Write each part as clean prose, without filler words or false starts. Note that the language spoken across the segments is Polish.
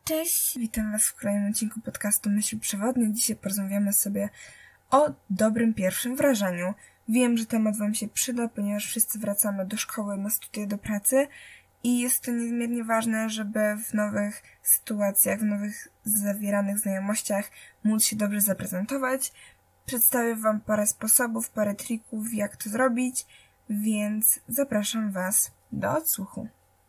Cześć, witam Was w kolejnym odcinku podcastu Myśli Przewodnie. Dzisiaj porozmawiamy sobie o dobrym pierwszym wrażeniu. Wiem, że temat Wam się przyda, ponieważ wszyscy wracamy do szkoły, na studia, do pracy i jest to niezmiernie ważne, żeby w nowych sytuacjach, w nowych zawieranych znajomościach móc się dobrze zaprezentować. Przedstawię Wam parę sposobów, parę trików, jak to zrobić, więc zapraszam Was do odsłuchu.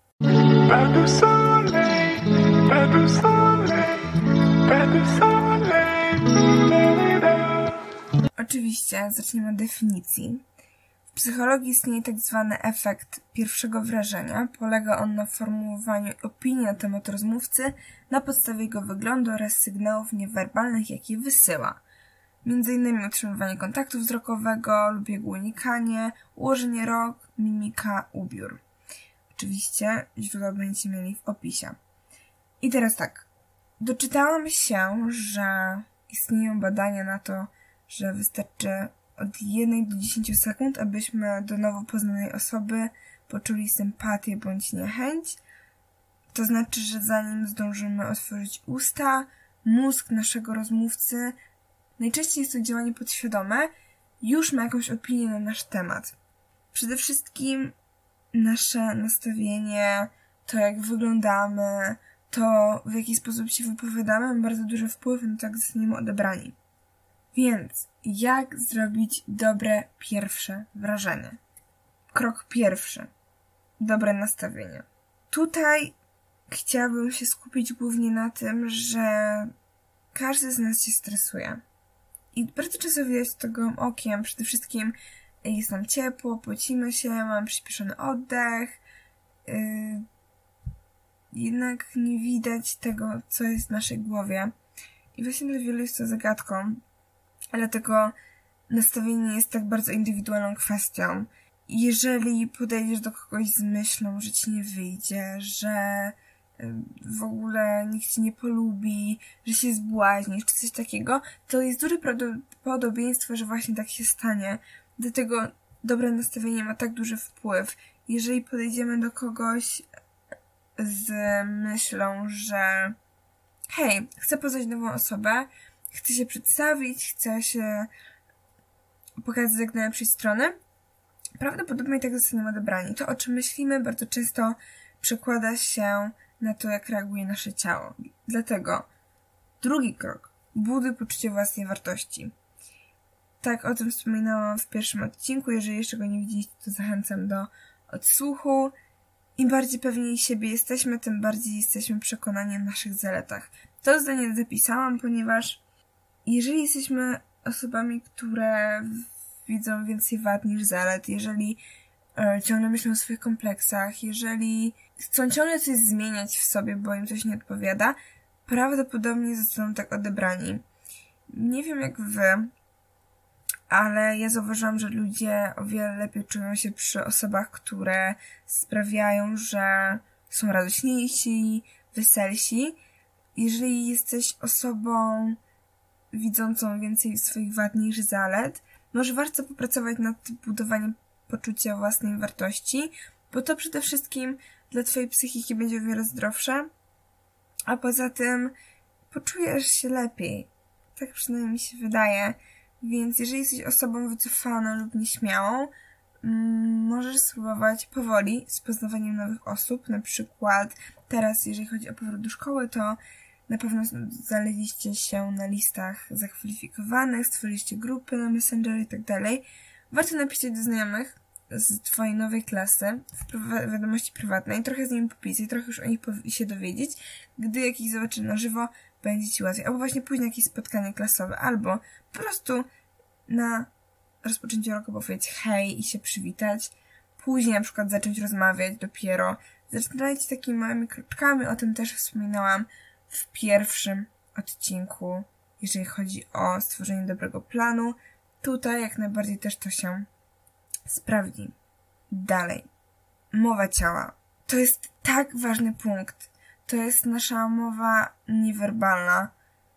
Oczywiście zaczniemy od definicji. W psychologii istnieje tak zwany efekt pierwszego wrażenia. Polega on na formułowaniu opinii na temat rozmówcy na podstawie jego wyglądu oraz sygnałów niewerbalnych, jakie wysyła. Między innymi utrzymywanie kontaktu wzrokowego lub jego unikanie, ułożenie rąk, mimika, ubiór. Oczywiście źródła będziecie mieli w opisie. I teraz tak. Doczytałam się, że istnieją badania na to, że wystarczy od 1 do 10 sekund, abyśmy do nowo poznanej osoby poczuli sympatię bądź niechęć. To znaczy, że zanim zdążymy otworzyć usta, mózg naszego rozmówcy, najczęściej jest to działanie podświadome, już ma jakąś opinię na nasz temat. Przede wszystkim nasze nastawienie, to jak wyglądamy, to w jaki sposób się wypowiadamy, ma bardzo duży wpływ na to, jak zostaniemy odebrani. Więc jak zrobić dobre pierwsze wrażenie? Krok pierwszy. Dobre nastawienie. Tutaj chciałabym się skupić głównie na tym, że każdy z nas się stresuje. I bardzo często widać to gołym okiem. Przede wszystkim jest nam ciepło, pocimy się, mamy przyspieszony oddech. Jednak nie widać tego, co jest w naszej głowie. I właśnie dla wielu jest to zagadką. Dlatego nastawienie jest tak bardzo indywidualną kwestią. Jeżeli podejdziesz do kogoś z myślą, że ci nie wyjdzie, że w ogóle nikt ci nie polubi, że się zbłaźnisz, czy coś takiego, to jest duże prawdopodobieństwo, że właśnie tak się stanie. Dlatego dobre nastawienie ma tak duży wpływ. Jeżeli podejdziemy do kogoś z myślą, że hej, chcę poznać nową osobę, chcę się przedstawić, chcę się pokazać z jak najlepszej strony, prawdopodobnie i tak zostaniemy odebrani. To, o czym myślimy, bardzo często przekłada się na to, jak reaguje nasze ciało. Dlatego drugi krok. Buduj poczucie własnej wartości. Tak o tym wspominałam w pierwszym odcinku. Jeżeli jeszcze go nie widzieliście, to zachęcam do odsłuchu. Im bardziej pewni siebie jesteśmy, tym bardziej jesteśmy przekonani o naszych zaletach. To zdanie zapisałam, ponieważ jeżeli jesteśmy osobami, które widzą więcej wad niż zalet, jeżeli ciągle myślą o swoich kompleksach, jeżeli chcą ciągle coś zmieniać w sobie, bo im coś nie odpowiada, prawdopodobnie zostaną tak odebrani. Nie wiem jak wy, ale ja zauważyłam, że ludzie o wiele lepiej czują się przy osobach, które sprawiają, że są radośniejsi, weselsi. Jeżeli jesteś osobą widzącą więcej swoich wad niż zalet, może warto popracować nad budowaniem poczucia własnej wartości, bo to przede wszystkim dla twojej psychiki będzie o wiele zdrowsze, a poza tym poczujesz się lepiej. Tak przynajmniej mi się wydaje. Więc jeżeli jesteś osobą wycofaną lub nieśmiałą, możesz spróbować powoli z poznawaniem nowych osób. Na przykład teraz, jeżeli chodzi o powrót do szkoły, to na pewno znaleźliście się na listach zakwalifikowanych, stworzyliście grupy na Messenger i tak dalej. Warto napisać do znajomych z twojej nowej klasy w wiadomości prywatnej, trochę z nimi popisać, trochę już o nich się dowiedzieć. Gdy jakiś zobaczy na żywo, będzie ci łatwiej. Albo właśnie później jakieś spotkanie klasowe, albo po prostu na rozpoczęcie roku powiedzieć hej i się przywitać. Później na przykład zacząć rozmawiać dopiero. Zaczynajcie takimi małymi kroczkami, o tym też wspominałam w pierwszym odcinku, jeżeli chodzi o stworzenie dobrego planu. Tutaj jak najbardziej też to się sprawdzi. Dalej. Mowa ciała. To jest tak ważny punkt. To jest nasza mowa niewerbalna.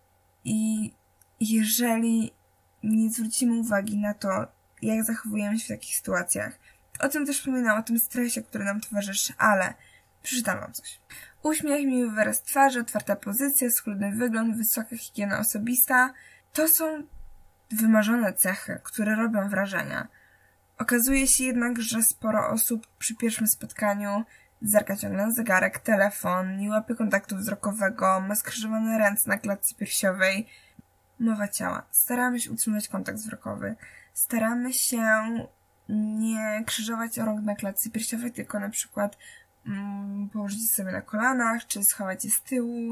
I jeżeli nie zwrócimy uwagi na to, jak zachowujemy się w takich sytuacjach, o tym też wspominałam, o tym stresie, który nam towarzyszy, ale przeczytam wam coś. Uśmiech, miły wyraz twarzy, otwarta pozycja, schludny wygląd, wysoka higiena osobista to są wymarzone cechy, które robią wrażenie. Okazuje się jednak, że sporo osób przy pierwszym spotkaniu zerka ciągle na zegarek, telefon, nie łapie kontaktu wzrokowego, ma skrzyżowane ręce na klatce piersiowej. Mowa ciała. Staramy się utrzymać kontakt wzrokowy. Staramy się nie krzyżować rąk na klatce piersiowej, tylko na przykład położyć je sobie na kolanach, czy schować je z tyłu.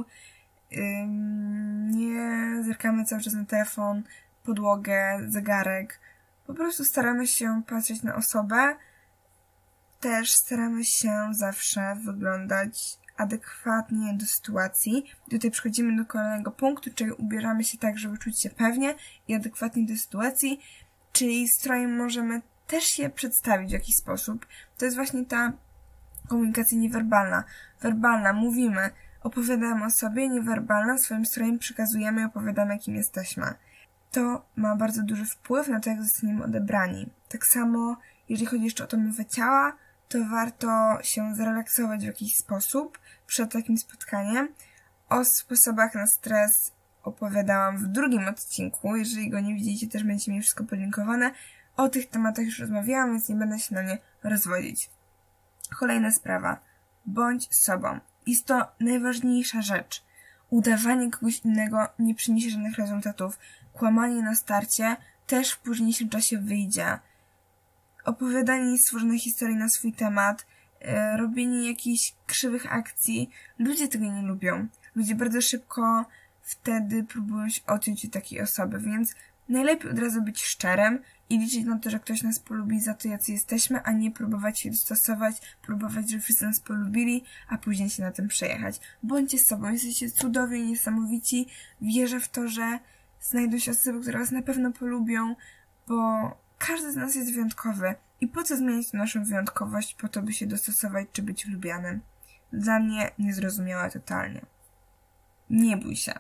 Nie zerkamy cały czas na telefon, podłogę, zegarek. Po prostu staramy się patrzeć na osobę. Też staramy się zawsze wyglądać adekwatnie do sytuacji. Tutaj przechodzimy do kolejnego punktu, czyli ubieramy się tak, żeby czuć się pewnie i adekwatnie do sytuacji, czyli strojem możemy też się przedstawić w jakiś sposób. To jest właśnie ta komunikacja niewerbalna. Werbalna, mówimy, opowiadamy o sobie, niewerbalna, swoim strojem przekazujemy i opowiadamy, kim jesteśmy. To ma bardzo duży wpływ na to, jak zostaniemy odebrani. Tak samo, jeżeli chodzi jeszcze o tą mowę ciała, to warto się zrelaksować w jakiś sposób przed takim spotkaniem. O sposobach na stres opowiadałam w drugim odcinku. Jeżeli go nie widzicie, też będziecie mieli wszystko podlinkowane. O tych tematach już rozmawiałam, więc nie będę się na nie rozwodzić. Kolejna sprawa. Bądź sobą. Jest to najważniejsza rzecz. Udawanie kogoś innego nie przyniesie żadnych rezultatów. Kłamanie na starcie też w późniejszym czasie wyjdzie. Opowiadanie stworzonej historii na swój temat, robienie jakichś krzywych akcji. Ludzie tego nie lubią. Ludzie bardzo szybko wtedy próbują się odciąć od takiej osoby, więc najlepiej od razu być szczerym i liczyć na to, że ktoś nas polubi za to, jacy jesteśmy, a nie próbować się dostosować, próbować, żeby wszyscy nas polubili, a później się na tym przejechać. Bądźcie sobą, jesteście cudowni, niesamowici. Wierzę w to, że znajdą się osoby, które was na pewno polubią, bo każdy z nas jest wyjątkowy. I po co zmieniać naszą wyjątkowość? Po to, by się dostosować czy być lubianym. Dla mnie niezrozumiałe totalnie. Nie bój się.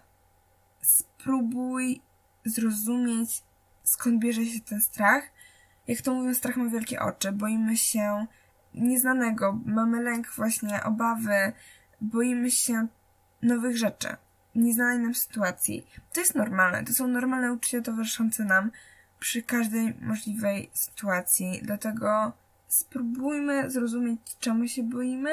Spróbuj zrozumieć, skąd bierze się ten strach. Jak to mówią, strach ma wielkie oczy. Boimy się nieznanego, mamy lęk właśnie, obawy, boimy się nowych rzeczy, nieznanej nam sytuacji. To jest normalne, to są normalne uczucia towarzyszące nam przy każdej możliwej sytuacji. Dlatego spróbujmy zrozumieć, czemu się boimy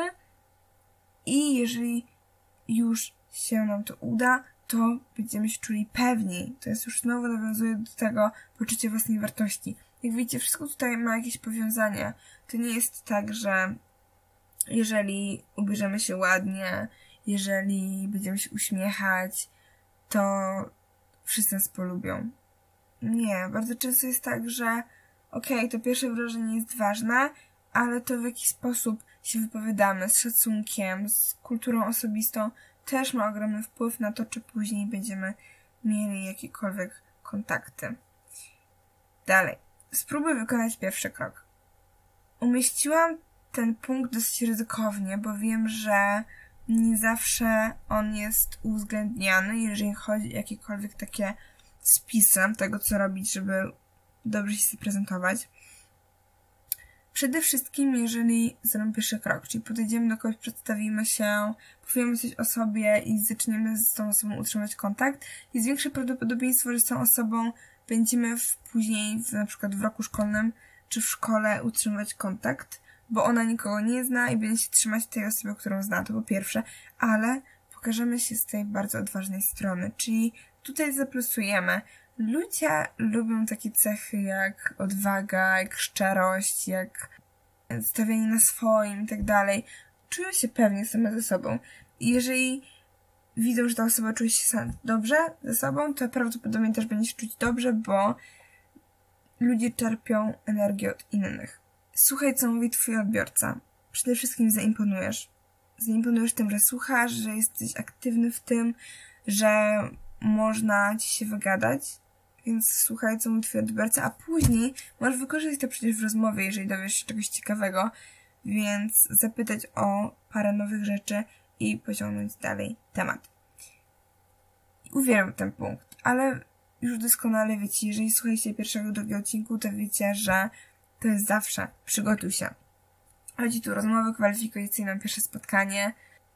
i jeżeli już się nam to uda, to będziemy się czuli pewni. To jest już znowu nawiązuje do tego poczucia własnej wartości. Jak widzicie, wszystko tutaj ma jakieś powiązanie. To nie jest tak, że jeżeli ubierzemy się ładnie, jeżeli będziemy się uśmiechać, to wszyscy nas polubią. Nie, bardzo często jest tak, że to pierwsze wrażenie jest ważne, ale to w jaki sposób się wypowiadamy, z szacunkiem, z kulturą osobistą, też ma ogromny wpływ na to, czy później będziemy mieli jakiekolwiek kontakty. Dalej. Spróbuj wykonać pierwszy krok. Umieściłam ten punkt dosyć ryzykownie, bo wiem, że nie zawsze on jest uwzględniany, jeżeli chodzi o jakiekolwiek takie spisy tego, co robić, żeby dobrze się zaprezentować. Przede wszystkim, jeżeli zrobimy pierwszy krok, czyli podejdziemy do kogoś, przedstawimy się, powiemy coś o sobie i zaczniemy z tą osobą utrzymywać kontakt, jest większe prawdopodobieństwo, że z tą osobą będziemy później, na przykład w roku szkolnym czy w szkole utrzymywać kontakt, bo ona nikogo nie zna i będzie się trzymać tej osoby, którą zna, to po pierwsze, ale pokażemy się z tej bardzo odważnej strony, czyli tutaj zaplusujemy. Ludzie lubią takie cechy jak odwaga, jak szczerość, jak stawianie na swoim i tak dalej. Czują się pewnie same ze sobą. I jeżeli widzą, że ta osoba czuje się dobrze ze sobą, to prawdopodobnie też będzie się czuć dobrze, bo ludzie czerpią energię od innych. Słuchaj, co mówi twój odbiorca. Przede wszystkim zaimponujesz. Zaimponujesz tym, że słuchasz, że jesteś aktywny w tym, że można ci się wygadać, więc słuchaj, co mówi twój odbiorca, a później możesz wykorzystać to przecież w rozmowie, jeżeli dowiesz się czegoś ciekawego, więc zapytać o parę nowych rzeczy i pociągnąć dalej temat. Uwielbiam ten punkt, ale już doskonale wiecie, jeżeli słuchajcie pierwszego, drugiego odcinku, to wiecie, że to jest zawsze. Przygotuj się. Chodzi tu o rozmowę kwalifikacyjną, pierwsze spotkanie.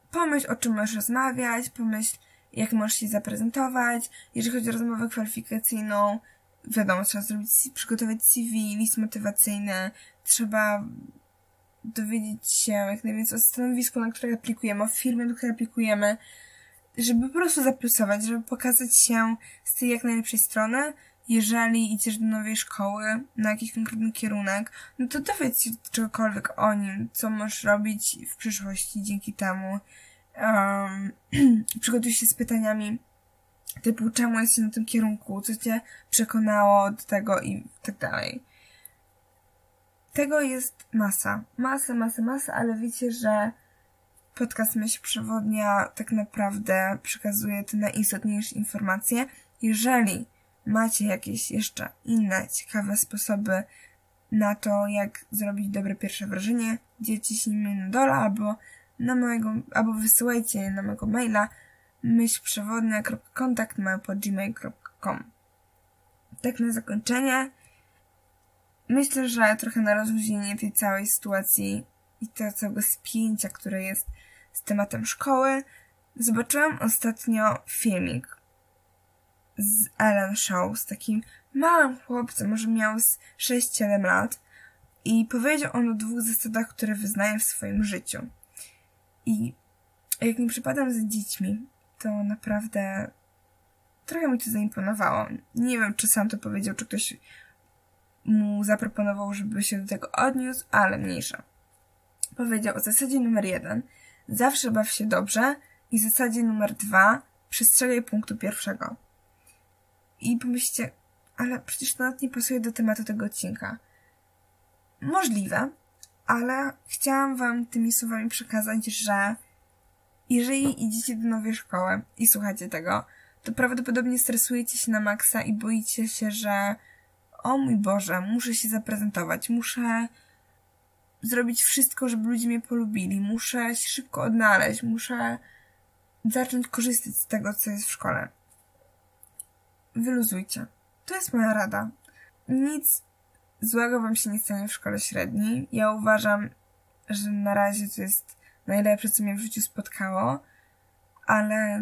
pomyśl, o czym możesz rozmawiać, pomyśl, jak możesz się zaprezentować. Jeżeli chodzi o rozmowę kwalifikacyjną, wiadomo, trzeba przygotować CV, list motywacyjny, trzeba dowiedzieć się jak najwięcej o stanowisku, na które aplikujemy, o firmie, do której aplikujemy, żeby po prostu zaplusować, żeby pokazać się z tej jak najlepszej strony. Jeżeli idziesz do nowej szkoły na jakiś konkretny kierunek, no to dowiedz się czegokolwiek o nim, co możesz robić w przyszłości dzięki temu. Przygotuj się z pytaniami typu, czemu jesteś na tym kierunku, co cię przekonało do tego i tak dalej. Tego jest masa, ale wiecie, że podcast Myśl Przewodnia tak naprawdę przekazuje te najistotniejsze informacje. Jeżeli macie jakieś jeszcze inne ciekawe sposoby na to, jak zrobić dobre pierwsze wrażenie, dzielcie się nimi na dole albo wysyłajcie je na mojego maila myślprzewodnia.kontakt@gmail.com. Tak na zakończenie. Myślę, że trochę na rozluźnienie tej całej sytuacji i tego całego spięcia, które jest z tematem szkoły, zobaczyłam ostatnio filmik z Ellen Show, z takim małym chłopcem, może miał z 6-7 lat i powiedział on o 2 zasadach, które wyznaje w swoim życiu. I jak nie przypadam za dziećmi, to naprawdę trochę mi to zaimponowało. Nie wiem, czy sam to powiedział, czy ktoś mu zaproponował, żeby się do tego odniósł, ale mniejsza. Powiedział o zasadzie numer 1: zawsze baw się dobrze, i zasadzie numer 2: przestrzegaj punktu 1. I pomyślcie, ale przecież to nawet nie pasuje do tematu tego odcinka. Możliwe, ale chciałam wam tymi słowami przekazać, że jeżeli idziecie do nowej szkoły i słuchacie tego, to prawdopodobnie stresujecie się na maksa i boicie się, że o mój Boże, muszę się zaprezentować, muszę zrobić wszystko, żeby ludzie mnie polubili, muszę się szybko odnaleźć, muszę zacząć korzystać z tego, co jest w szkole. Wyluzujcie. To jest moja rada. Nic złego wam się nie stanie w szkole średniej. Ja uważam, że na razie to jest najlepsze, co mnie w życiu spotkało, ale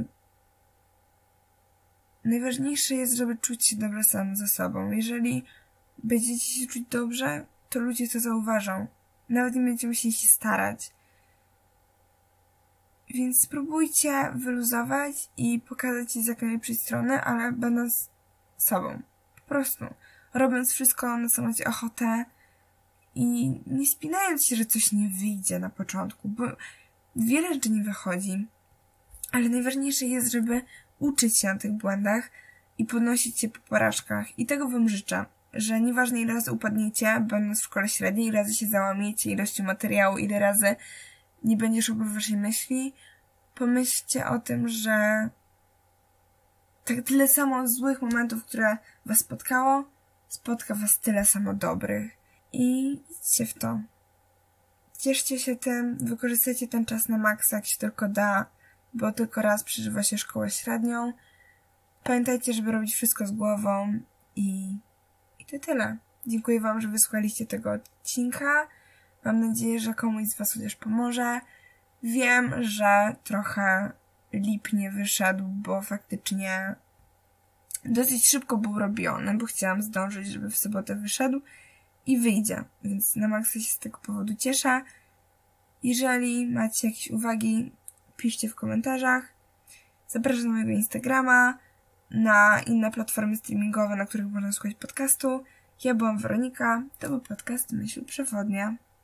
najważniejsze jest, żeby czuć się dobrze sam ze sobą. Jeżeli będziecie się czuć dobrze, to ludzie to zauważą. Nawet nie będziecie musieli się starać. Więc spróbujcie wyluzować i pokazać się z jak najlepszej strony, ale będąc sobą. Po prostu. Robiąc wszystko, na co macie ochotę i nie spinając się, że coś nie wyjdzie na początku, bo wiele rzeczy nie wychodzi. Ale najważniejsze jest, żeby uczyć się na tych błędach i podnosić się po porażkach. I tego wam życzę, że nieważne ile razy upadniecie, będąc w szkole średniej, ile razy się załamiecie ilością materiału, ile razy nie będzie szło po waszej myśli, pomyślcie o tym, że tak tyle samo złych momentów, które was spotkało, spotka was tyle samo dobrych. I idźcie w to. Cieszcie się tym, wykorzystajcie ten czas na maksa, jak się tylko da, bo tylko raz przeżywa się szkołę średnią. Pamiętajcie, żeby robić wszystko z głową i to tyle. Dziękuję wam, że wysłuchaliście tego odcinka. Mam nadzieję, że komuś z was chociaż pomoże. Wiem, że trochę lipnie wyszedł, bo faktycznie dosyć szybko był robiony, bo chciałam zdążyć, żeby w sobotę wyszedł i wyjdzie, więc na maksa się z tego powodu cieszę. Jeżeli macie jakieś uwagi, piszcie w komentarzach. Zapraszam na mojego Instagrama, na inne platformy streamingowe, na których można słuchać podcastu. Ja byłam Weronika, to był podcast Myśl Przewodnia.